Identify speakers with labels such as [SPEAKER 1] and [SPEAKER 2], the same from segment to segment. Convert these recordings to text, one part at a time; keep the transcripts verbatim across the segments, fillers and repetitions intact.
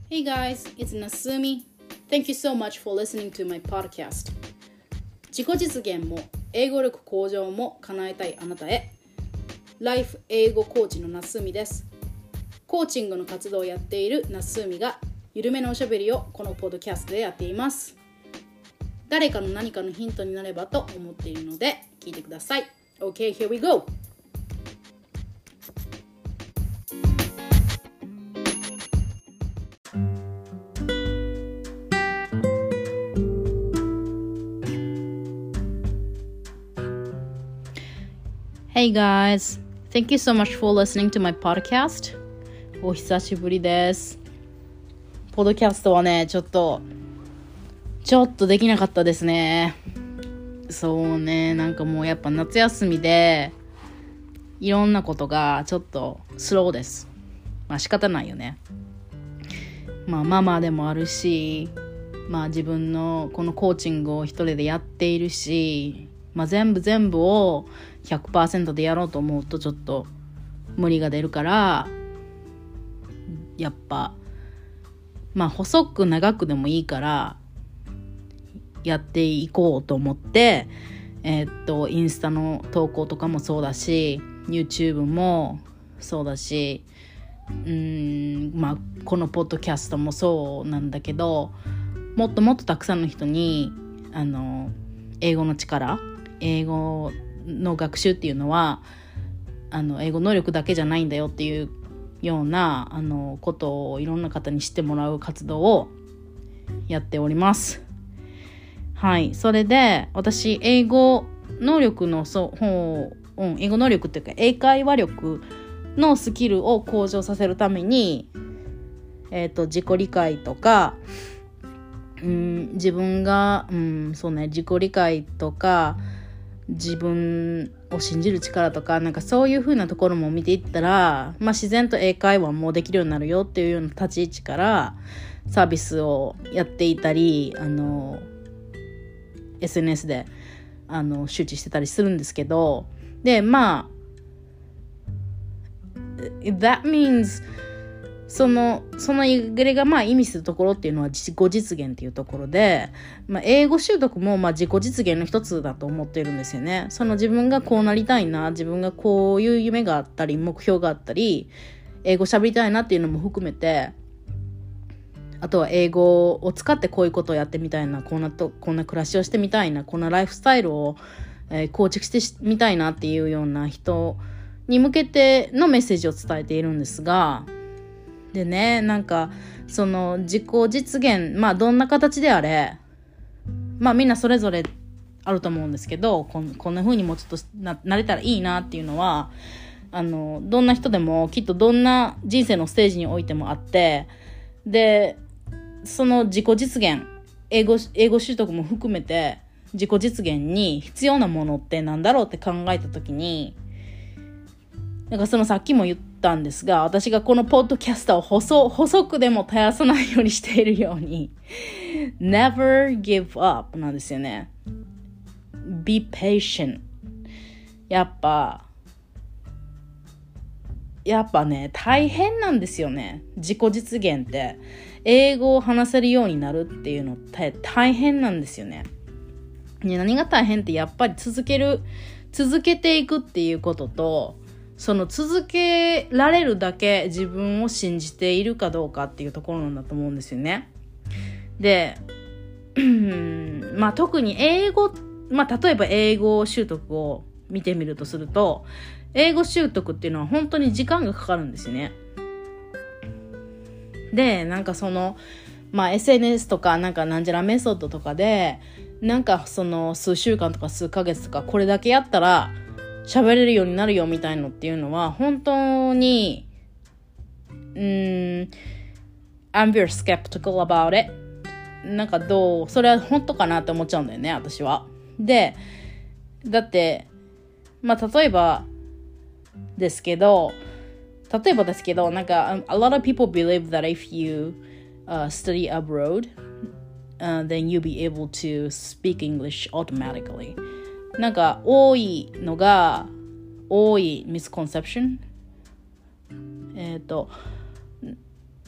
[SPEAKER 1] Hey guys, it's Nasumi. Thank you so much for listening to my podcast. 自己実現も英語力向上も叶えたいあなたへ。ライフ英語コーチのNasumiです。コーチングの活動をやっているNasumiが緩めのおしゃべりをこのポッドキャストでやっています。誰かの何かのヒントになればと思っているので聞いてください。Okay, here we go!Hey guys, thank you so much for listening to my podcast. お久しぶりです。ポッドキャストはね、ちょっとちょっとできなかったですね。そうね、なんかもうやっぱ夏休みでいろんなことがちょっとスローです。まあ仕方ないよね。まあママでもあるし、まあ自分のこのコーチングを一人でやっているし、まあ全部全部をひゃくパーセント でやろうと思うとちょっと無理が出るから、やっぱまあ細く長くでもいいからやっていこうと思って、えー、っとインスタの投稿とかもそうだし YouTube もそうだし、うーんまあこのポッドキャストもそうなんだけど、もっともっとたくさんの人にあの英語の力、英語の学習っていうのはあの英語能力だけじゃないんだよっていうようなあのことをいろんな方に知ってもらう活動をやっております。はい、それで私英語能力のそう方、うん、英語能力っていうか英会話力のスキルを向上させるために、えーと、自己理解とか、うん、自分が、うん、そうね、自己理解とか自分を信じる力とか、なんかそういう風なところも見ていったら、まあ、自然と英会話もできるようになるよっていうような立ち位置からサービスをやっていたり、あの エスエヌエス であの周知してたりするんですけど、でまあ that means そのそのイグレがまあ意味するところっていうのは自己実現っていうところで、まあ、英語習得もまあ自己実現の一つだと思っているんですよね。その自分がこうなりたいな、自分がこういう夢があったり目標があったり、英語喋りたいなっていうのも含めて、あとは英語を使ってこういうことをやってみたいな、こんなとこんな暮らしをしてみたいな、こんなライフスタイルを、えー、構築してみたいなっていうような人に向けてのメッセージを伝えているんですが、でね、なんかその自己実現、まあどんな形であれ、まあみんなそれぞれあると思うんですけど、こん、こんな風にもうちょっと な, なれたらいいなっていうのは、あのどんな人でもきっとどんな人生のステージにおいてもあって、でその自己実現、英語英語習得も含めて自己実現に必要なものってなんだろうって考えたときに、なんかそのさっきも言ったんですが、私がこのポッドキャスターを細細くでも絶やさないようにしているようにNever give up なんですよね。 Be patient。 やっぱやっぱね大変なんですよね。自己実現って英語を話せるようになるっていうのって大変なんですよね。ね、何が大変ってやっぱり続ける続けていくっていうことと、その続けられるだけ自分を信じているかどうかっていうところなんだと思うんですよね。で、まあ特に英語、まあ例えば英語習得を見てみるとすると、英語習得っていうのは本当に時間がかかるんですよね。で、なんかその、まあ エスエヌエス とかなんかなんじゃらメソッドとかで、なんかその数週間とか数ヶ月とかこれだけやったら喋れるようになるよみたいのっていうのは本当に、うーん、I'm very skeptical about it。なんかどう、それは本当かなって思っちゃうんだよね、私は。で、だって、まあ例えばですけど、例えばですけど、なんか a lot of people believe that if you、uh, study abroad、uh, then you'll be able to speak English automatically。なんか多いのが多い misconception。えっと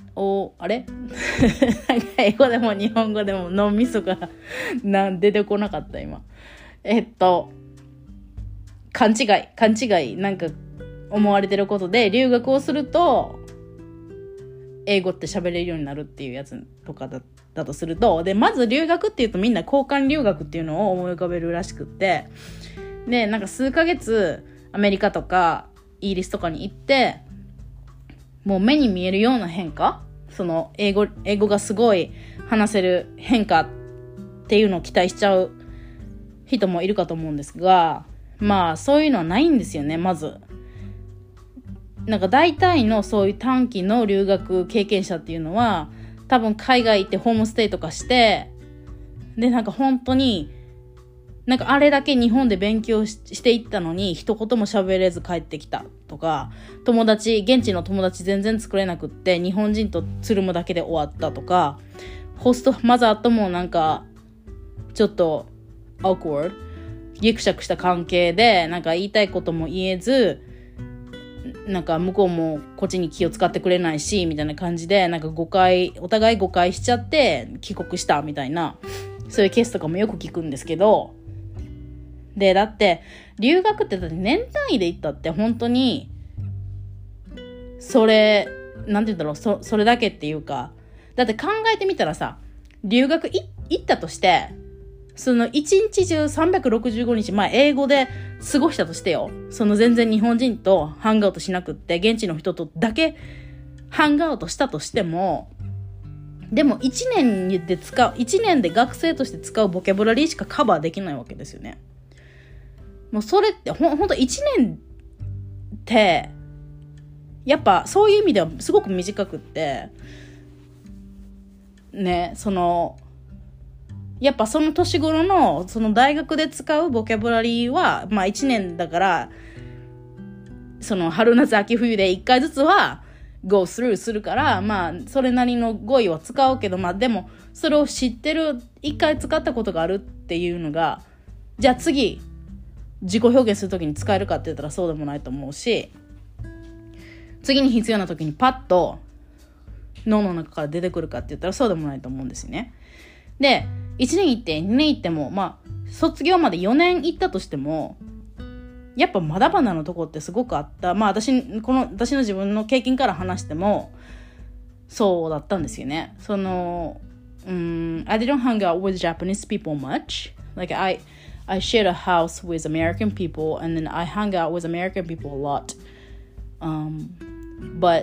[SPEAKER 1] おあれなんか英語でも日本語でも脳みそがなん出てこなかった今。えっと勘違い勘違いなんか思われてることで、留学をすると英語って喋れるようになるっていうやつとか だ, だとすると、でまず留学っていうとみんな交換留学っていうのを思い浮かべるらしくって、でなんか数ヶ月アメリカとかイギリスとかに行って、もう目に見えるような変化、その英語英語がすごい話せる変化っていうのを期待しちゃう人もいるかと思うんですが、まあそういうのはないんですよね。まずなんか大体のそういう短期の留学経験者っていうのは多分海外行ってホームステイとかして、でなんか本当になんかあれだけ日本で勉強 し, していったのに一言も喋れず帰ってきたとか、友達現地の友達全然作れなくって日本人とつるむだけで終わったとか、ホストマザーともなんかちょっとawkwardギクシャクした関係で、なんか言いたいことも言えず、なんか向こうもこっちに気を使ってくれないしみたいな感じで、なんか誤解お互い誤解しちゃって帰国したみたいな、そういうケースとかもよく聞くんですけど、でだって留学ってだって年単位で行ったって本当にそれなんて言うんだろう、 そ, それだけっていうか、だって考えてみたらさ、留学い行ったとしてその一日中さんびゃくろくじゅうごにち、まあ英語で過ごしたとしてよ、その全然日本人とハングアウトしなくって現地の人とだけハングアウトしたとしても、でもいちねんで使ういちねんで学生として使うボキャブラリーしかカバーできないわけですよね。もうそれってほんほんといちねんってやっぱそういう意味ではすごく短くってね、そのやっぱその年頃のその大学で使うボキャブラリーはまあいちねんだから、その春夏秋冬でいっかいずつは go through するから、まあそれなりの語彙は使うけど、まあでもそれを知ってる、いっかい使ったことがあるっていうのが、じゃあ次自己表現するときに使えるかって言ったらそうでもないと思うし、次に必要なときにパッと脳の中から出てくるかって言ったらそうでもないと思うんですよね。でいちねん行ってにねん行っても、まあ卒業までよねん行ったとしてもやっぱまだまだのとこってすごくあった。まあ私この私の自分の経験から話してもそうだったんですよね。その、um, I didn't hang out with Japanese people much. Like I I shared a house with American people, and then I hung out with American people a lot. Um, but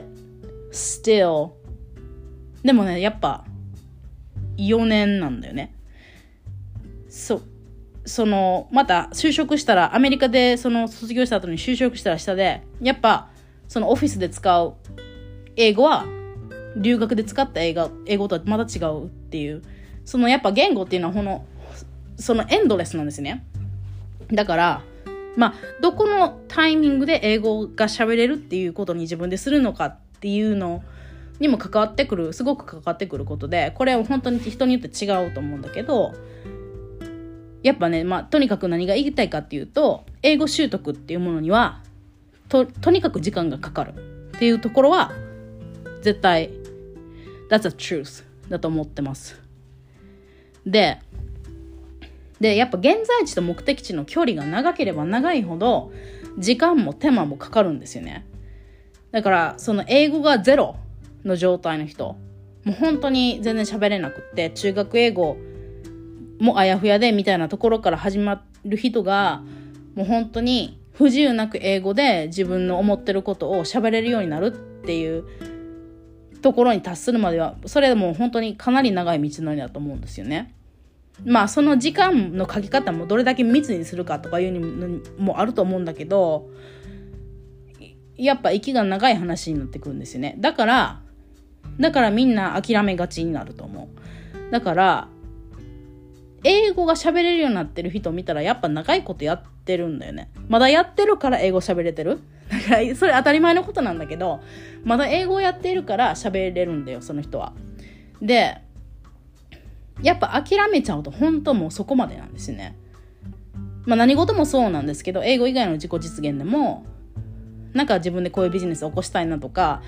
[SPEAKER 1] still, でもねやっぱよねんなんだよね。そそのまた就職したら、アメリカでその卒業した後に就職したら下で、やっぱそのオフィスで使う英語は留学で使った英語英語とはまた違うっていう、そのやっぱ言語っていうのはこのそのエンドレスなんですね。だからまあどこのタイミングで英語が喋れるっていうことに自分でするのかっていうのにも関わってくる、すごく関わってくることで、これは本当に人によって違うと思うんだけど、やっぱね、まあとにかく何が言いたいかっていうと、英語習得っていうものには と, とにかく時間がかかるっていうところは絶対 That's a truth だと思ってます。ででやっぱ現在地と目的地の距離が長ければ長いほど時間も手間もかかるんですよね。だからその英語がゼロの状態の人、もう本当に全然喋れなくって、中学英語もあやふやでみたいなところから始まる人が、もう本当に不自由なく英語で自分の思ってることを喋れるようになるっていうところに達するまでは、それでもう本当にかなり長い道のりだと思うんですよね。まあその時間の書き方もどれだけ密にするかとかいうのもあると思うんだけど、やっぱ息が長い話になってくるんですよね。だからだからみんな諦めがちになると思う。だから英語が喋れるようになってる人を見たらやっぱ長いことやってるんだよね。まだやってるから英語喋れてる。だからそれ当たり前のことなんだけど、まだ英語をやっているから喋れるんだよ、その人は。でやっぱ諦めちゃうと本当もうそこまでなんですよね。まあ何事もそうなんですけど、英語以外の自己実現でもなんか自分でこういうビジネスを起こしたいなとか、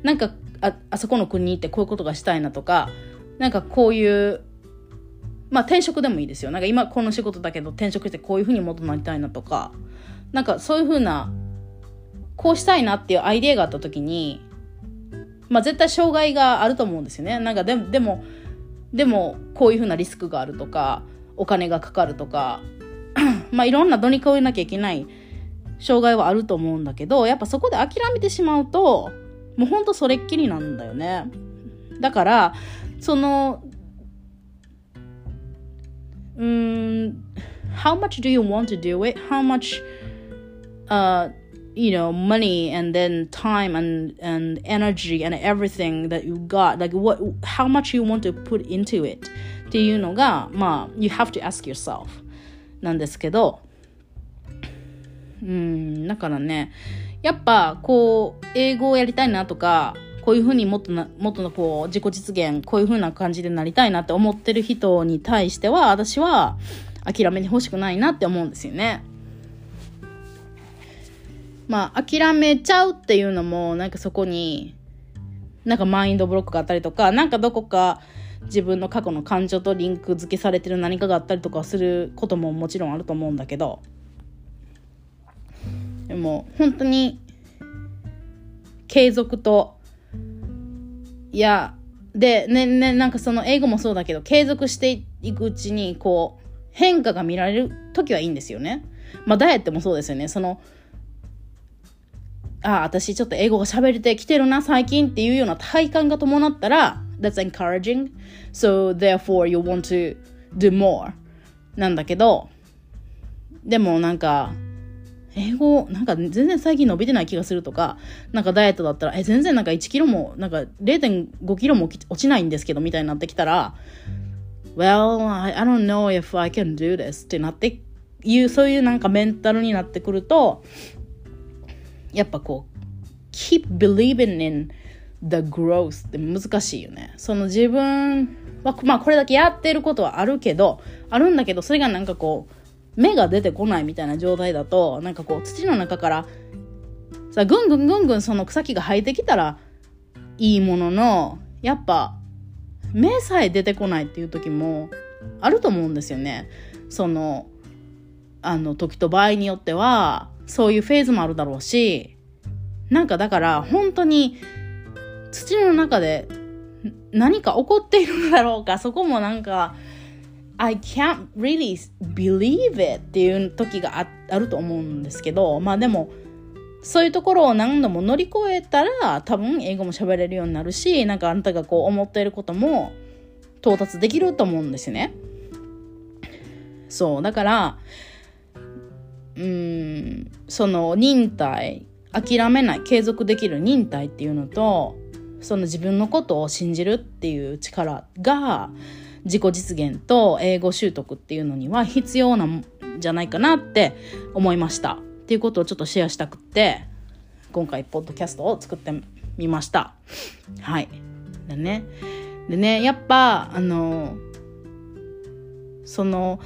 [SPEAKER 1] なんか あ, あそこの国に行ってこういうことがしたいなとか、なんかこういうまあ転職でもいいですよ。なんか今この仕事だけど転職してこういうふうにもっとなりたいなとか、なんかそういうふうなこうしたいなっていうアイデアがあった時に、まあ絶対障害があると思うんですよね。なんかでもでもでもこういうふうなリスクがあるとか、お金がかかるとかまあいろんな乗り越えなきゃいけない障害はあると思うんだけど、やっぱそこで諦めてしまうともうほんとそれっきりなんだよね。だからそのうーん how much do you want to do it? How much uh you know money and then time and and energy and everything that you got, like what how much you want to put into it っていうのがまあ you have to ask yourself なんですけど、うーんだからね、やっぱこう英語をやりたいなとか、こういうふうにもっとなもっとのこう自己実現、こういうふうな感じでなりたいなって思ってる人に対しては、私は諦めてほしくないなって思うんですよね。まあ諦めちゃうっていうのもなんかそこになんかマインドブロックがあったりとか、なんかどこか自分の過去の感情とリンク付けされてる何かがあったりとかすることももちろんあると思うんだけど、でも本当に継続と、いやでねねなんかその英語もそうだけど、継続していくうちにこう変化が見られる時はいいんですよね。まあダイエットもそうですよね。そのあ私ちょっと英語が喋れてきてるな最近っていうような体感が伴ったら that's encouraging, so therefore you want to do more なんだけど、でもなんか英語なんか全然最近伸びてない気がするとか、なんかダイエットだったらえ全然なんかいちキロもなんか れいてんごキロも落ちないんですけどみたいになってきたら well I, I don't know if I can do this ってなっていう、そういうなんかメンタルになってくると、やっぱこう keep believing in the growth って難しいよね。その自分はまあこれだけやってることはあるけどあるんだけど、それがなんかこう芽が出てこないみたいな状態だと、なんかこう土の中からさぐんぐんぐんぐんその草木が生えてきたらいいものの、やっぱ芽さえ出てこないっていう時もあると思うんですよね。そのあの時と場合によってはそういうフェーズもあるだろうし、なんかだから本当に土の中で何か起こっているんだろうか、そこもなんか I can't really believe it っていう時が あ, あると思うんですけど、まあでもそういうところを何度も乗り越えたら多分英語も喋れるようになるし、なんかあなたがこう思っていることも到達できると思うんですよね。そうだからうーんその忍耐、諦めない、継続できる忍耐っていうのと、その自分のことを信じるっていう力が自己実現と英語習得っていうのには必要なんじゃないかなって思いましたっていうことをちょっとシェアしたくって今回ポッドキャストを作ってみました。はいでねでねやっぱあのその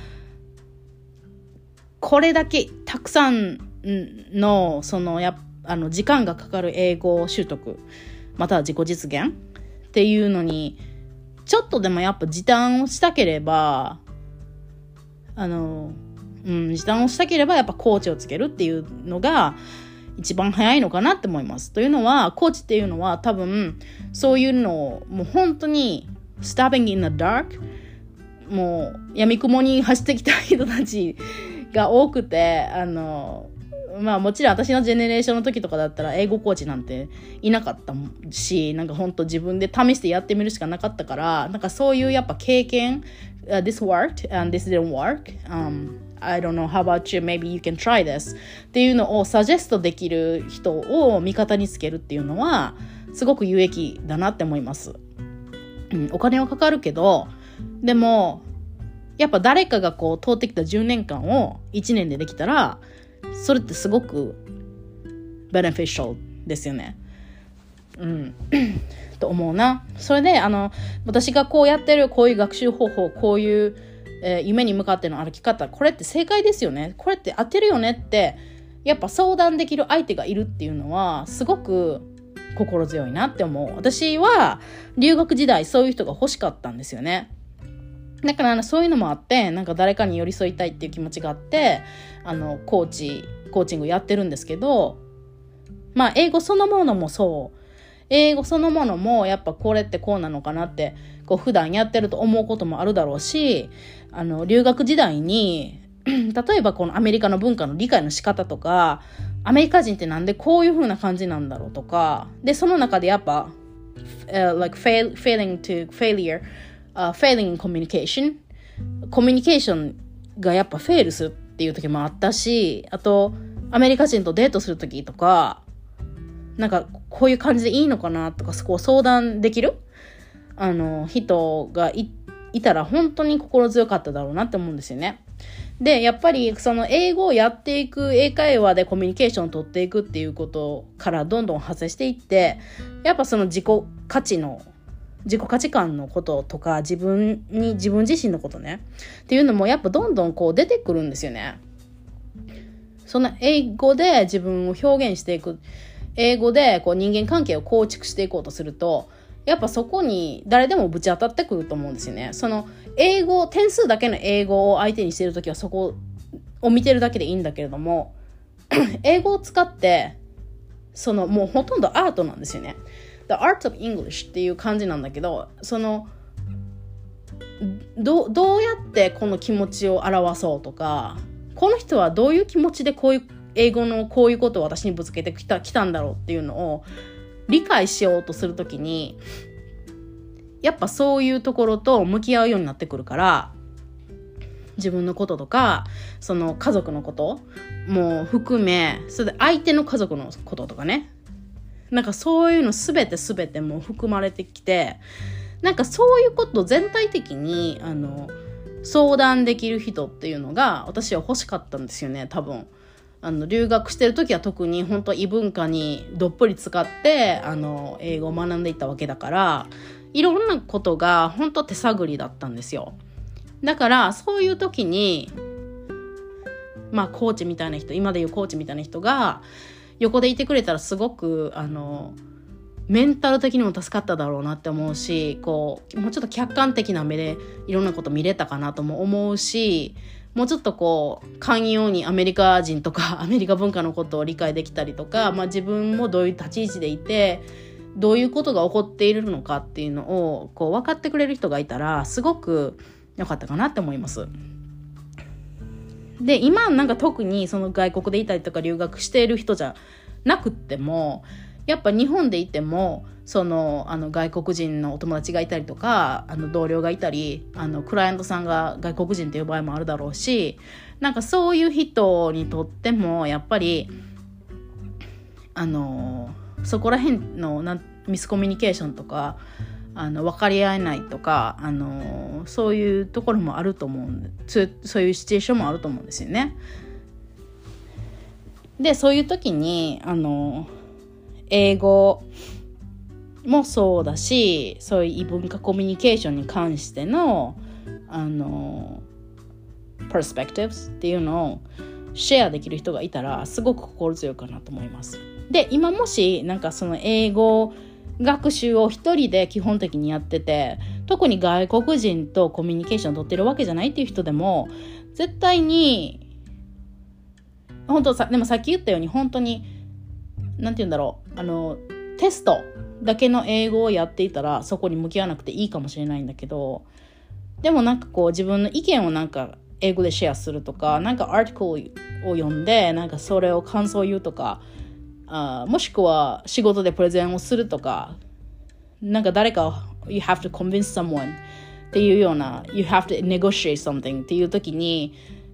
[SPEAKER 1] これだけたくさんのそのやあの時間がかかる英語習得または自己実現っていうのにちょっとでもやっぱ時短をしたければあの、うん、時短をしたければやっぱコーチをつけるっていうのが一番早いのかなって思います。というのはコーチっていうのは多分そういうのをもう本当に stabbing in the dark もう闇雲に走ってきた人たちが多くて、あのまあもちろん私のジェネレーションの時とかだったら英語コーチなんていなかったし、なんか本当自分で試してやってみるしかなかったから、なんかそういうやっぱ経験、uh, this worked and this didn't work、um, I don't know how about you, maybe you can try this っていうのをサジェストできる人を味方につけるっていうのはすごく有益だなって思います、うん、お金はかかるけどでもやっぱ誰かがこう通ってきたじゅうねんかんをいちねんでできたらそれってすごく beneficial ですよね。うんと思うな。それであの私がこうやってるこういう学習方法、こういう、えー、夢に向かっての歩き方、これって正解ですよね、これって合ってるよねってやっぱ相談できる相手がいるっていうのはすごく心強いなって思う。私は留学時代そういう人が欲しかったんですよね。だからそういうのもあって、なんか誰かに寄り添いたいっていう気持ちがあって、あのコーチコーチングやってるんですけど、まあ英語そのものもそう、英語そのものもやっぱこれってこうなのかなってこう普段やってると思うこともあるだろうし、あの留学時代に例えばこのアメリカの文化の理解の仕方とか、アメリカ人ってなんでこういう風な感じなんだろうとか、でその中でやっぱ、uh, like fail, failing to failure、uh, failing in communication コミュニケーションがやっぱフェイルするっていう時もあったし、あとアメリカ人とデートする時とか、なんかこういう感じでいいのかなとか、そこを相談できるあの人が い, いたら本当に心強かっただろうなって思うんですよね。でやっぱりその英語をやっていく、英会話でコミュニケーションを取っていくっていうことからどんどん派生していって、やっぱその自己価値の自己価値観のこととか、自分に自分自身のことねっていうのもやっぱどんどんこう出てくるんですよね。その英語で自分を表現していく、英語でこう人間関係を構築していこうとすると、やっぱそこに誰でもぶち当たってくると思うんですよね。その英語、点数だけの英語を相手にしているときはそこを見てるだけでいいんだけれども、英語を使ってそのもうほとんどアートなんですよね。The Art of English っていう感じなんだけど、その ど, どうやってこの気持ちを表そうとか、この人はどういう気持ちでこういう英語のこういうことを私にぶつけてき た, きたんだろうっていうのを理解しようとするときに、やっぱそういうところと向き合うようになってくるから、自分のこととかその家族のことも含め、それで相手の家族のこととかね、なんかそういうのすべてすべてもう含まれてきて、なんかそういうこと全体的にあの相談できる人っていうのが私は欲しかったんですよね。多分あの留学してる時は特に本当異文化にどっぷり使ってあの英語を学んでいったわけだから、いろんなことが本当手探りだったんですよ。だからそういう時にまあコーチみたいな人、今でいうコーチみたいな人が横でいてくれたらすごくあのメンタル的にも助かっただろうなって思うし、こうもうちょっと客観的な目でいろんなこと見れたかなとも思うし、もうちょっとこう寛容にアメリカ人とかアメリカ文化のことを理解できたりとか、まあ、自分もどういう立ち位置でいてどういうことが起こっているのかっていうのをこう分かってくれる人がいたらすごく良かったかなって思います。で今なんか特にその外国でいたりとか留学している人じゃなくっても、やっぱ日本でいてもそのあの外国人のお友達がいたりとか、あの同僚がいたり、あのクライアントさんが外国人っていう場合もあるだろうし、なんかそういう人にとってもやっぱりあのそこら辺のなんミスコミュニケーションとかあの分かり合えないとか、あのそういうところもあると思うんで、そういうシチュエーションもあると思うんですよね。でそういう時にあの英語もそうだし、そういう異文化コミュニケーションに関してのあのパースペクティブスっていうのをシェアできる人がいたらすごく心強いかなと思います。で今もしなんかその英語学習を一人で基本的にやってて、特に外国人とコミュニケーション取ってるわけじゃないっていう人でも絶対に本当さ、でもさっき言ったように本当になんて言うんだろう、あのテストだけの英語をやっていたらそこに向き合わなくていいかもしれないんだけど、でもなんかこう自分の意見をなんか英語でシェアするとか、なんかアーティクルを読んでなんかそれを感想を言うとか、あもしくは仕事でプレゼンをするとか、なんか誰か you have to convince someone っていうような you have to negotiate something っていう時に、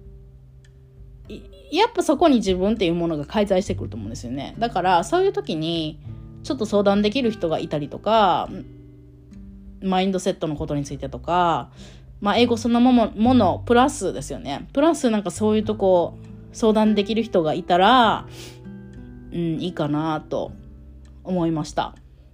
[SPEAKER 1] やっぱそこに自分っていうものが介在してくると思うんですよね。だからそういう時にちょっと相談できる人がいたりとか、マインドセットのことについてとか、まあ英語そのものものプラスですよね。プラスなんかそういうとこ相談できる人がいたら、うん、いいかなと思いました。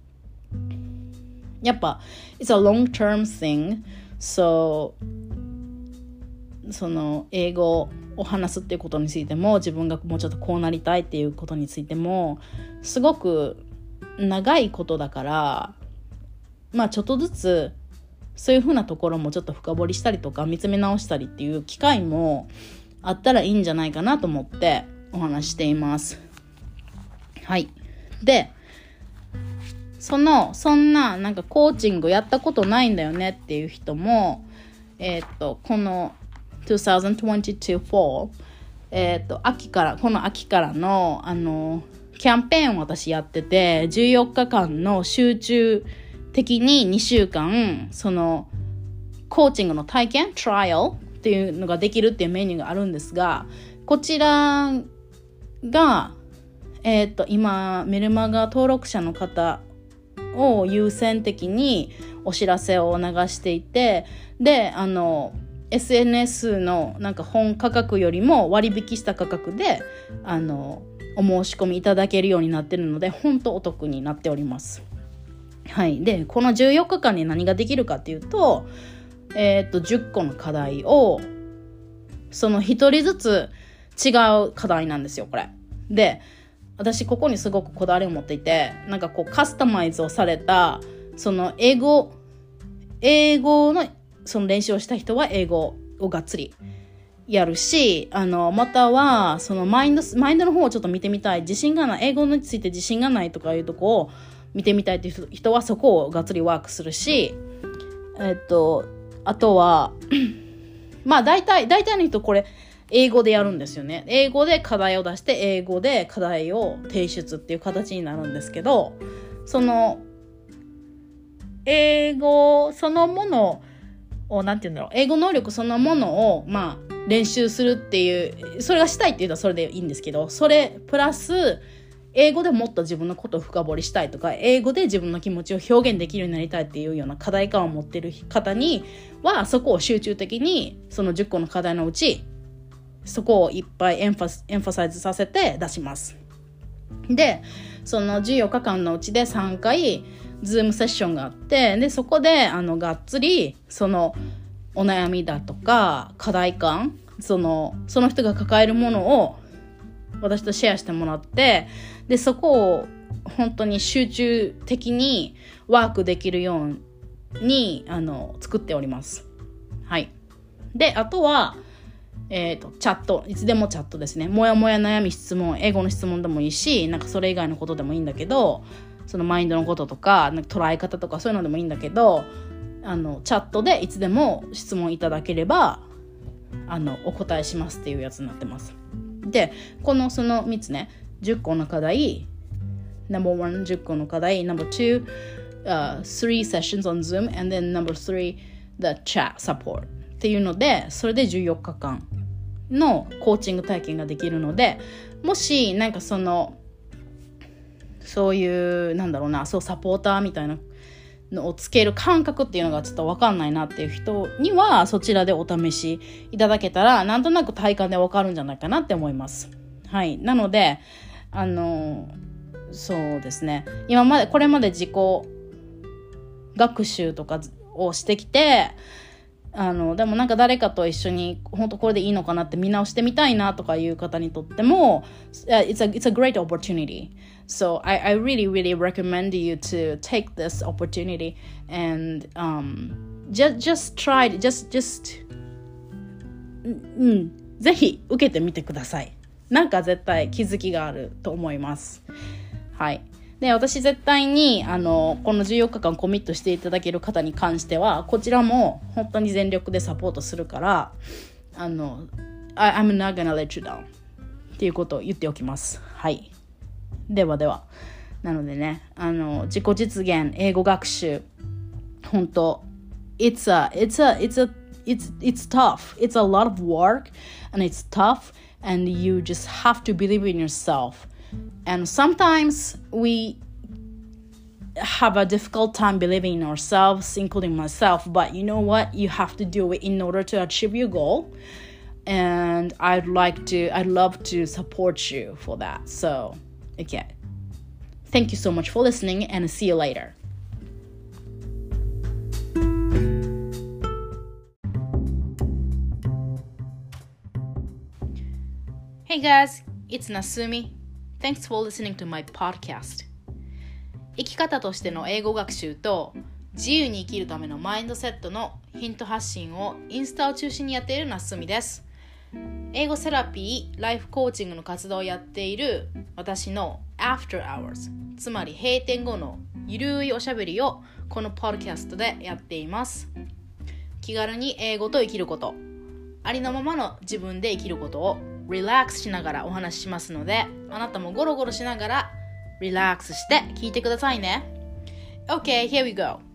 [SPEAKER 1] やっぱ it's a long term thing, so その英語を話すっていうことについても、自分がもうちょっとこうなりたいっていうことについてもすごく長いことだから、まあちょっとずつそういう風なところもちょっと深掘りしたりとか見つめ直したりっていう機会もあったらいいんじゃないかなと思ってお話しています。はい。で、そのそんななんかコーチングやったことないんだよねっていう人も、えっとこのにせんにじゅうに fall、えっと秋からこの秋からのあのキャンペーンを私やってて、じゅうよっかかんの集中的ににしゅうかんそのコーチングの体験トライアルっていうのができるっていうメニューがあるんですが、こちらがえっと今メルマガ登録者の方を優先的にお知らせを流していて、であの エスエヌエス のなんか本価格よりも割引した価格であのお申し込みいただけるようになっているので、本当お得になっております。はい。でこのじゅうよっかかんに何ができるかっていうと、えっとじゅっこの課題をそのひとりずつ違う課題なんですよこれで。私ここにすごくこだわりを持っていて、なんかこうカスタマイズをされたその英語英語のその練習をした人は英語をがっつりやるし、あのまたはそのマインドマインドの方をちょっと見てみたい、自信がない、英語について自信がないとかいうとこを見てみたいっていう人はそこをがっつりワークするし、えっとあとはまあ大体大体の人これ英語でやるんですよね。英語で課題を出して英語で課題を提出っていう形になるんですけど、その英語そのものをなんていうんだろう、英語能力そのものをまあ練習するっていう、それがしたいって言うとそれでいいんですけど、それプラス英語でもっと自分のことを深掘りしたいとか、英語で自分の気持ちを表現できるようになりたいっていうような課題感を持っている方には、そこを集中的にそのじゅっこの課題のうちそこをいっぱいエンファ、エンファサイズさせて出します。でそのじゅうよっかかんのうちでさんかいズームセッションがあって、でそこであのがっつりそのお悩みだとか課題感、そのその人が抱えるものを私とシェアしてもらって、でそこを本当に集中的にワークできるようにあの作っております。はい。であとはえーと、チャット、いつでもチャットですね。もやもや悩み質問、英語の質問でもいいし、なんかそれ以外のことでもいいんだけど、そのマインドのこととか、なんか捉え方とかそういうのでもいいんだけど、あのチャットでいつでも質問いただければあのお答えしますっていうやつになってます。でこのそのみっつね、じゅっこの課題、ナンバーワン じゅっこの課題、ナンバーツー、uh, three sessions on Zoom, and then number three the chat support っていうので、それでじゅうよっかかんのコーチング体験ができるので、もしなんかそのそういうなんだろうな、そうサポーターみたいなのをつける感覚っていうのがちょっと分かんないなっていう人には、そちらでお試しいただけたらなんとなく体感で分かるんじゃないかなって思います。はい。なのであのそうですね、今までこれまで自己学習とかをしてきて、あのでもなんか誰かと一緒に本当これでいいのかなって見直してみたいなとかいう方にとっても、uh, it's a, it's a great opportunity. So I, I really really recommend you to take this opportunity and um, just, just try it. Just, just うん、ぜひ受けてみてください。なんか絶対気づきがあると思います。はい。で、私絶対にあのこのじゅうよっかかんコミットしていただける方に関しては、こちらも本当に全力でサポートするから、あの I, I'm not gonna let you down っていうことを言っておきます。はい。ではでは、なのでね、あの自己実現、英語学習、本当 it's a it's a it's a it's it's tough. It's a lot of work and it's tough, and you just have to believe in yourself.And sometimes we have a difficult time believing in ourselves, including myself. But you know what? You have to do it in order to achieve your goal. And I'd like to, I'd love to support you for that. So, okay. Thank you so much for listening, and see you later. Hey guys, it's Nasumi.Thanks for listening to my podcast. 生き方としての英語学習と自由に生きるためのマインドセットのヒント発信をインスタを中心にやっているなすみです。英語セラピー、ライフコーチングの活動をやっている私の After Hours、つまり閉店後のゆるいおしゃべりをこのポッドキャストでやっています。気軽に英語と生きること、ありのままの自分で生きることをリラックスしながらお話ししますので、あなたもゴロゴロしながらリラックスして聞いてくださいね。Okay, here we go.